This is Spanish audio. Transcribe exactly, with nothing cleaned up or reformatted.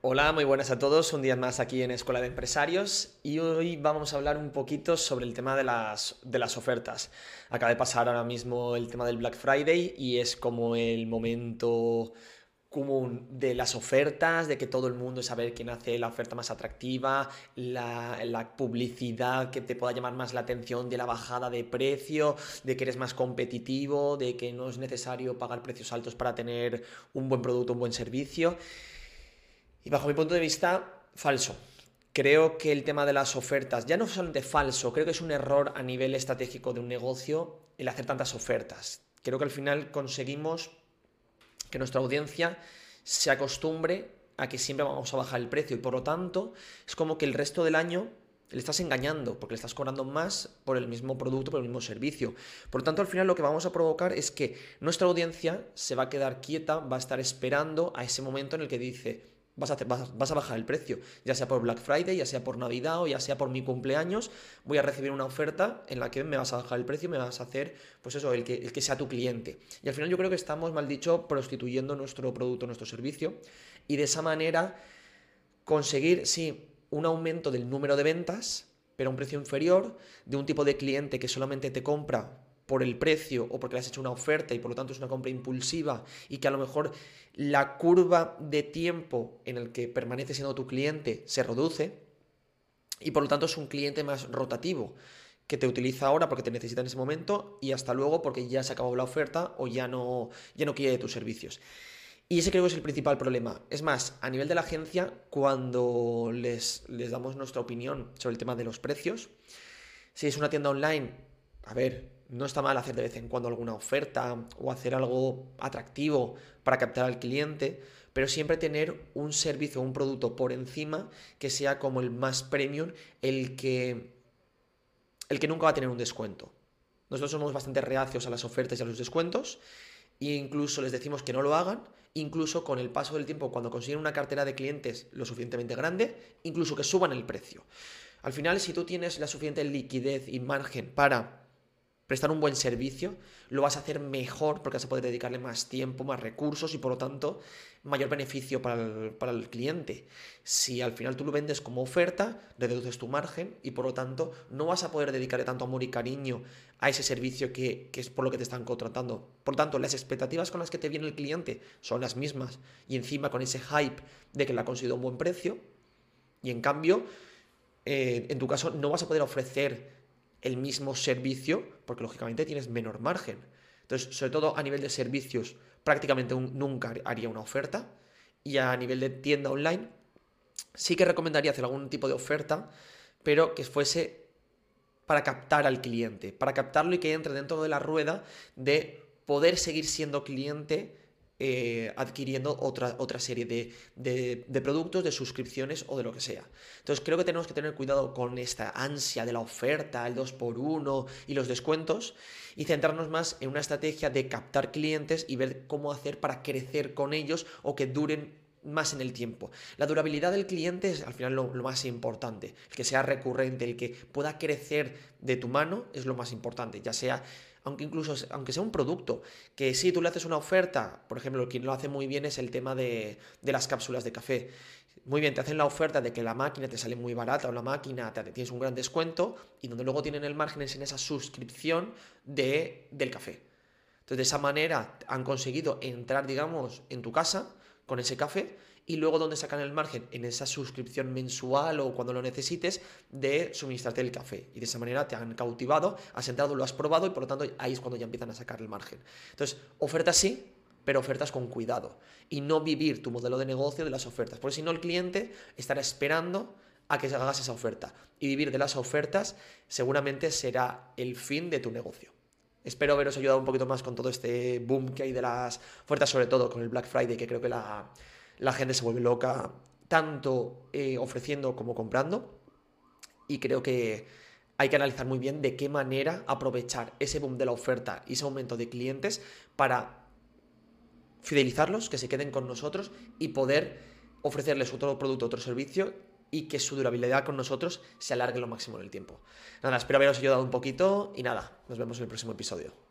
Hola, muy buenas a todos. Un día más aquí en Escuela de Empresarios y hoy vamos a hablar un poquito sobre el tema de las, de las ofertas. Acaba de pasar ahora mismo el tema del Black Friday y es como el momento común de las ofertas, de que todo el mundo sabe quién hace la oferta más atractiva, la, la publicidad que te pueda llamar más la atención de la bajada de precio, de que eres más competitivo, de que no es necesario pagar precios altos para tener un buen producto, un buen servicio. Y bajo mi punto de vista, falso. Creo que el tema de las ofertas, ya no solamente falso, creo que es un error a nivel estratégico de un negocio el hacer tantas ofertas. Creo que al final conseguimos que nuestra audiencia se acostumbre a que siempre vamos a bajar el precio y por lo tanto es como que el resto del año le estás engañando porque le estás cobrando más por el mismo producto, por el mismo servicio. Por lo tanto, al final lo que vamos a provocar es que nuestra audiencia se va a quedar quieta, va a estar esperando a ese momento en el que dice: Vas a, hacer, vas, vas a bajar el precio, ya sea por Black Friday, ya sea por Navidad o ya sea por mi cumpleaños, voy a recibir una oferta en la que me vas a bajar el precio y me vas a hacer, pues eso, el que, el que sea tu cliente. Y al final yo creo que estamos, mal dicho, prostituyendo nuestro producto, nuestro servicio, y de esa manera conseguir, sí, un aumento del número de ventas, pero a un precio inferior, de un tipo de cliente que solamente te compra por el precio o porque le has hecho una oferta y por lo tanto es una compra impulsiva y que a lo mejor la curva de tiempo en el que permanece siendo tu cliente se reduce y por lo tanto es un cliente más rotativo que te utiliza ahora porque te necesita en ese momento y hasta luego porque ya se acabó la oferta o ya no, ya no quiere tus servicios. Y ese creo que es el principal problema. Es más, a nivel de la agencia, cuando les, les damos nuestra opinión sobre el tema de los precios, si es una tienda online, a ver, no está mal hacer de vez en cuando alguna oferta o hacer algo atractivo para captar al cliente, pero siempre tener un servicio o un producto por encima que sea como el más premium, el que, el que nunca va a tener un descuento. Nosotros somos bastante reacios a las ofertas y a los descuentos e incluso les decimos que no lo hagan, incluso con el paso del tiempo, cuando consiguen una cartera de clientes lo suficientemente grande, incluso que suban el precio. Al final, si tú tienes la suficiente liquidez y margen para prestar un buen servicio, lo vas a hacer mejor porque vas a poder dedicarle más tiempo, más recursos y por lo tanto mayor beneficio para el, para el cliente. Si al final tú lo vendes como oferta, reduces tu margen y por lo tanto no vas a poder dedicarle tanto amor y cariño a ese servicio que, que es por lo que te están contratando. Por lo tanto, las expectativas con las que te viene el cliente son las mismas y encima con ese hype de que le ha conseguido un buen precio y en cambio, eh, en tu caso no vas a poder ofrecer el mismo servicio porque lógicamente tienes menor margen. Entonces, sobre todo a nivel de servicios, prácticamente un, nunca haría una oferta y a nivel de tienda online sí que recomendaría hacer algún tipo de oferta, pero que fuese para captar al cliente, para captarlo y que entre dentro de la rueda de poder seguir siendo cliente eh, adquiriendo otra, otra serie de, de, de productos, de suscripciones o de lo que sea. Entonces creo que tenemos que tener cuidado con esta ansia de la oferta, el dos por uno y los descuentos y centrarnos más en una estrategia de captar clientes y ver cómo hacer para crecer con ellos o que duren más en el tiempo. La durabilidad del cliente es al final lo, lo más importante. El que sea recurrente, el que pueda crecer de tu mano es lo más importante, ya sea aunque incluso aunque sea un producto, que si tú le haces una oferta, por ejemplo, quien lo hace muy bien es el tema de, de las cápsulas de café. Muy bien, te hacen la oferta de que la máquina te sale muy barata o la máquina te, tienes un gran descuento y donde luego tienen el margen es en esa suscripción de, del café. Entonces, de esa manera han conseguido entrar, digamos, en tu casa con ese café y luego donde sacan el margen en esa suscripción mensual o cuando lo necesites de suministrarte el café y de esa manera te han cautivado, has entrado, lo has probado y por lo tanto ahí es cuando ya empiezan a sacar el margen. Entonces, ofertas sí, pero ofertas con cuidado y no vivir tu modelo de negocio de las ofertas, porque si no el cliente estará esperando a que hagas esa oferta y vivir de las ofertas seguramente será el fin de tu negocio. Espero haberos ayudado un poquito más con todo este boom que hay de las ofertas, sobre todo con el Black Friday, que creo que la, la gente se vuelve loca tanto eh, ofreciendo como comprando. Y creo que hay que analizar muy bien de qué manera aprovechar ese boom de la oferta y ese aumento de clientes para fidelizarlos, que se queden con nosotros y poder ofrecerles otro producto, otro servicio y que su durabilidad con nosotros se alargue lo máximo en el tiempo. Nada, espero haberos ayudado un poquito y nada, nos vemos en el próximo episodio.